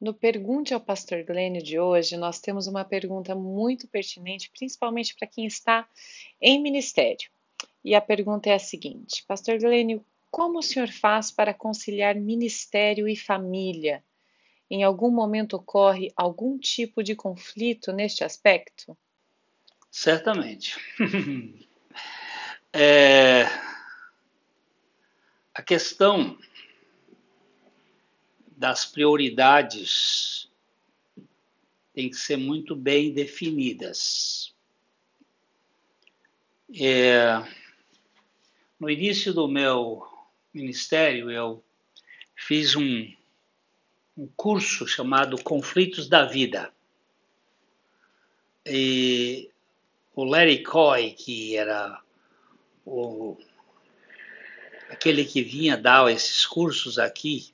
No Pergunte ao Pastor Glênio de hoje, nós temos uma pergunta muito pertinente, principalmente para quem está em ministério. E a pergunta é a seguinte: Pastor Glênio, como o senhor faz para conciliar ministério e família? Em algum momento ocorre algum tipo de conflito neste aspecto? Certamente. É, a questão das prioridades tem que ser muito bem definidas. No início do meu ministério, eu fiz um curso chamado Conflitos da Vida. E o Larry Coy, que era aquele que vinha dar esses cursos aqui,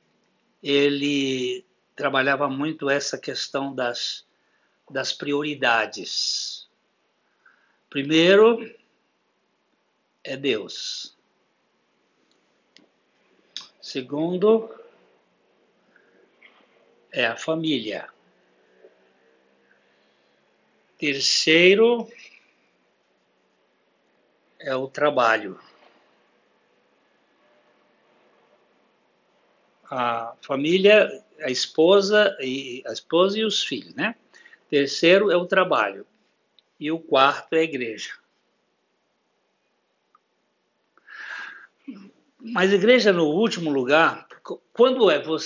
ele trabalhava muito essa questão das prioridades. Primeiro é Deus. Segundo é a família. Terceiro é o trabalho. A família, a esposa e os filhos, né? Terceiro é o trabalho. E o quarto é a igreja. Mas a igreja no último lugar, quando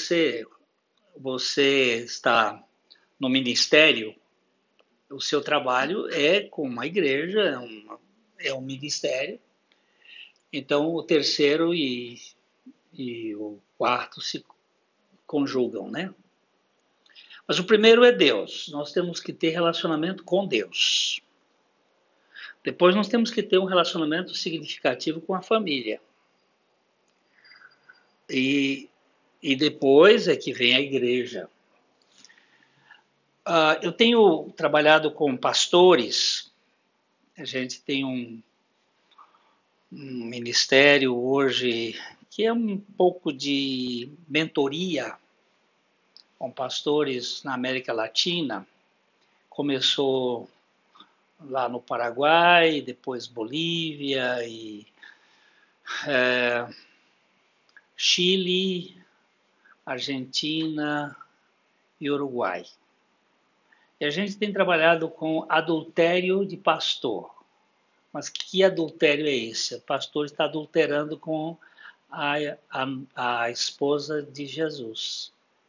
você está no ministério, o seu trabalho é com uma igreja, é um ministério. Então o terceiro e o quarto se conjugam, né? Mas o primeiro é Deus. Nós temos que ter relacionamento com Deus. Depois nós temos que ter um relacionamento significativo com a família. E depois é que vem a igreja. Eu tenho trabalhado com pastores. A gente tem um ministério hoje que é um pouco de mentoria com pastores na América Latina. Começou lá no Paraguai, depois Bolívia e Chile, Argentina e Uruguai. E a gente tem trabalhado com adultério de pastor. Mas que adultério é esse? O pastor está adulterando com a esposa de Jesus,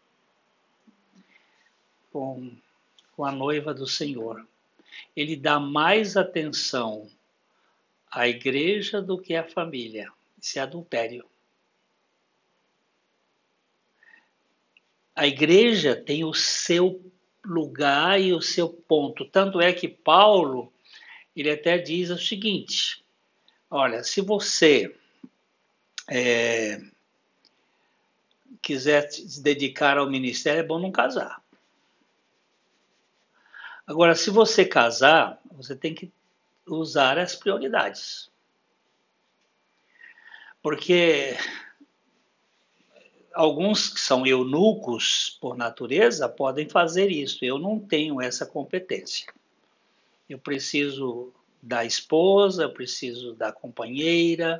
com a noiva do Senhor. Ele dá mais atenção à igreja do que à família. Isso é adultério. A igreja tem o seu lugar e o seu ponto. Tanto é que Paulo, ele até diz o seguinte: olha, se você quiser se dedicar ao ministério, é bom não casar. Agora, se você casar, você tem que usar as prioridades. Porque alguns que são eunucos por natureza podem fazer isso. Eu não tenho essa competência. Eu preciso da esposa, eu preciso da companheira,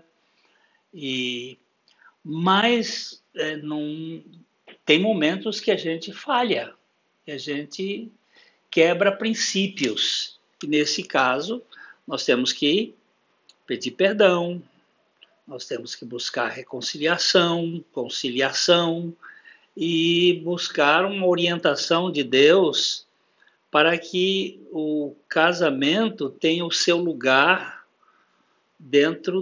mas não, tem momentos que a gente falha, que a gente quebra princípios. E nesse caso, nós temos que pedir perdão, nós temos que buscar reconciliação, conciliação e buscar uma orientação de Deus para que o casamento tenha o seu lugar dentro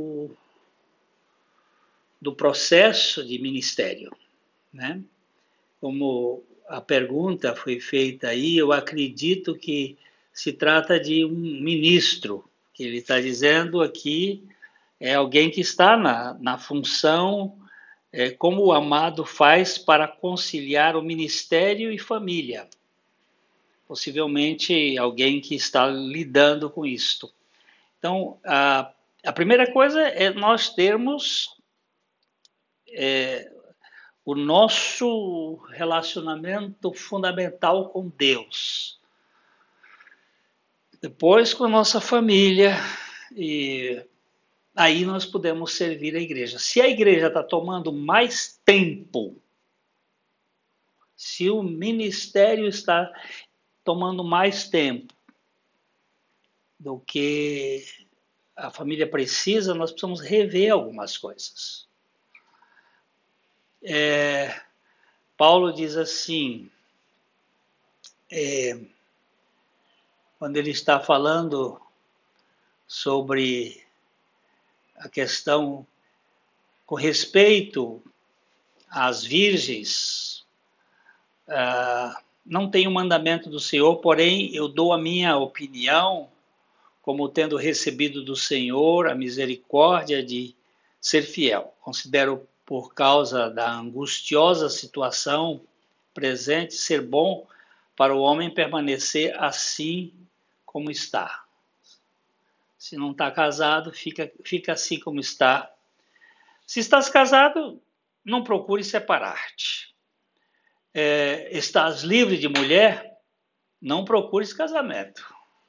do processo de ministério, né? Como a pergunta foi feita aí, eu acredito que se trata de um ministro, que ele está dizendo aqui, é alguém que está na função, como o amado faz para conciliar o ministério e família. Possivelmente alguém que está lidando com isto. Então, a primeira coisa é nós termos o nosso relacionamento fundamental com Deus. Depois com a nossa família, e aí nós podemos servir a igreja. Se a igreja está tomando mais tempo, se o ministério está tomando mais tempo do que a família precisa, nós precisamos rever algumas coisas. Paulo diz assim, quando ele está falando sobre a questão com respeito às virgens, não tenho mandamento do Senhor, porém eu dou a minha opinião, como tendo recebido do Senhor a misericórdia de ser fiel. Considero, por causa da angustiosa situação presente, ser bom para o homem permanecer assim como está. Se não está casado, fica assim como está. Se estás casado, não procure separar-te. Estás livre de mulher, não procures casamento.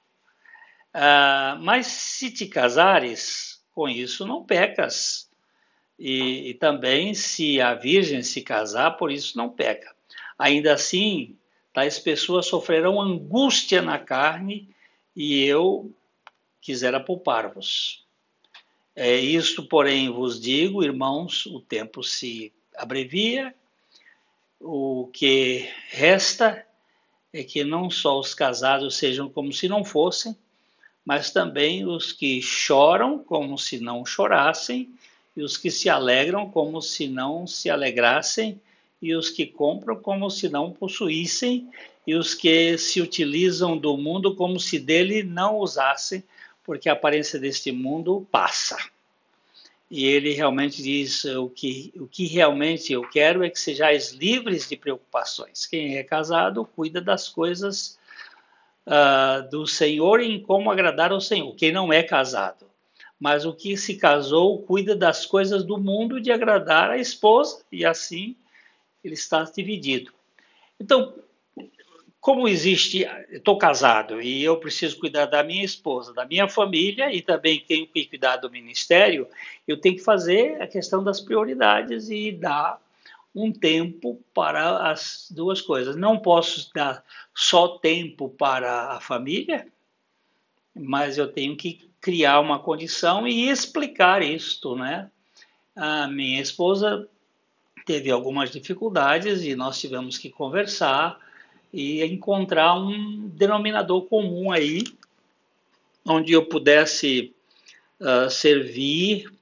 Mas se te casares, com isso não pecas. E também se a virgem se casar, por isso não peca. Ainda assim, tais pessoas sofrerão angústia na carne, e eu quisera poupar-vos. Isto, porém, vos digo, irmãos, o tempo se abrevia, o que resta é que não só os casados sejam como se não fossem, mas também os que choram como se não chorassem, e os que se alegram como se não se alegrassem, e os que compram como se não possuíssem, e os que se utilizam do mundo como se dele não usassem, porque a aparência deste mundo passa. E ele realmente diz, o que realmente eu quero é que sejais livres de preocupações. Quem é casado cuida das coisas do Senhor e em como agradar ao Senhor. Quem não é casado, mas o que se casou cuida das coisas do mundo de agradar a esposa, e assim ele está dividido. Então, como existe, estou casado e eu preciso cuidar da minha esposa, da minha família, e também tenho que cuidar do ministério, eu tenho que fazer a questão das prioridades e dar um tempo para as duas coisas. Não posso dar só tempo para a família, mas eu tenho que criar uma condição e explicar isto, né? A minha esposa teve algumas dificuldades e nós tivemos que conversar e encontrar um denominador comum aí, onde eu pudesse servir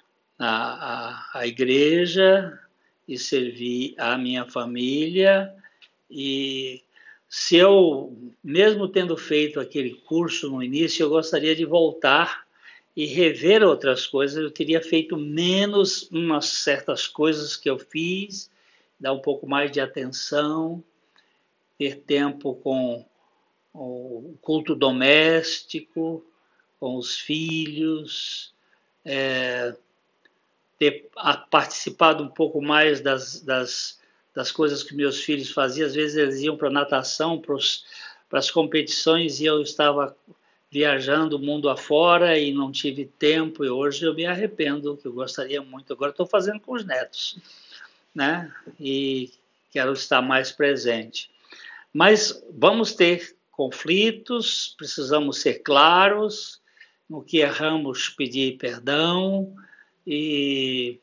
a igreja e servir a minha família. E se eu, mesmo tendo feito aquele curso no início, eu gostaria de voltar e rever outras coisas. Eu teria feito menos umas certas coisas que eu fiz, dar um pouco mais de atenção, ter tempo com o culto doméstico, com os filhos, ter participado um pouco mais das coisas que meus filhos faziam. Às vezes eles iam para a natação, para as competições, e eu estava viajando o mundo afora e não tive tempo, e hoje eu me arrependo, que eu gostaria muito. Agora estou fazendo com os netos, né? E quero estar mais presente. Mas vamos ter conflitos, precisamos ser claros, no que erramos pedir perdão e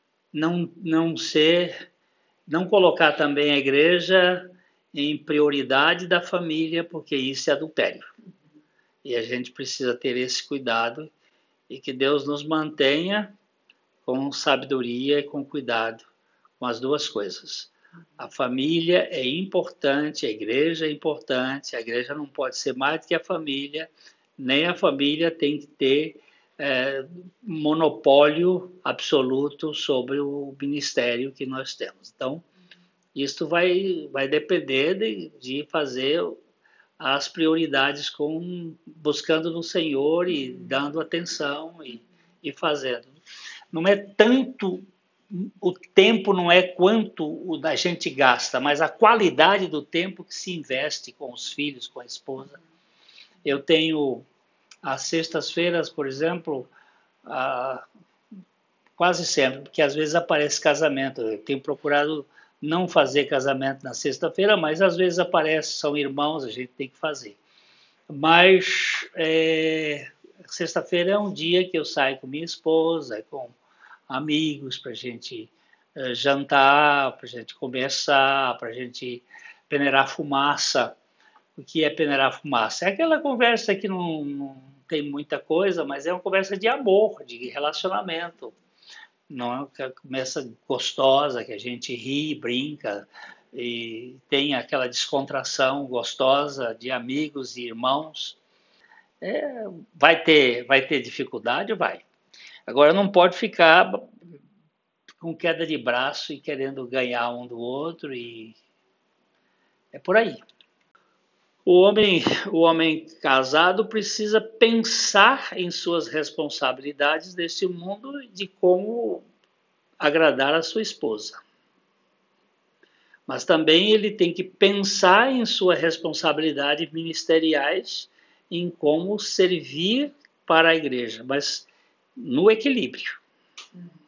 não colocar também a igreja em prioridade da família, porque isso é adultério. E a gente precisa ter esse cuidado, e que Deus nos mantenha com sabedoria e com cuidado com as duas coisas. A família é importante, a igreja não pode ser mais do que a família, nem a família tem que ter monopólio absoluto sobre o ministério que nós temos. Então, isso vai depender de fazer as prioridades buscando no Senhor e dando atenção e fazendo. Não é tanto o tempo não é quanto a gente gasta, mas a qualidade do tempo que se investe com os filhos, com a esposa. Eu tenho às sextas-feiras, por exemplo, quase sempre, porque às vezes aparece casamento. Eu tenho procurado não fazer casamento na sexta-feira, mas às vezes aparece, são irmãos, a gente tem que fazer. Mas sexta-feira é um dia que eu saio com minha esposa, com amigos, para a gente jantar, para a gente conversar, para a gente peneirar fumaça. O que é peneirar fumaça? É aquela conversa que não tem muita coisa, mas é uma conversa de amor, de relacionamento. Não é uma conversa gostosa, que a gente ri, brinca, e tem aquela descontração gostosa de amigos e irmãos. Vai ter dificuldade? Vai. Agora, não pode ficar com queda de braço e querendo ganhar um do outro, e é por aí. O homem casado precisa pensar em suas responsabilidades nesse mundo e de como agradar a sua esposa. Mas também ele tem que pensar em suas responsabilidades ministeriais, em como servir para a igreja, mas no equilíbrio.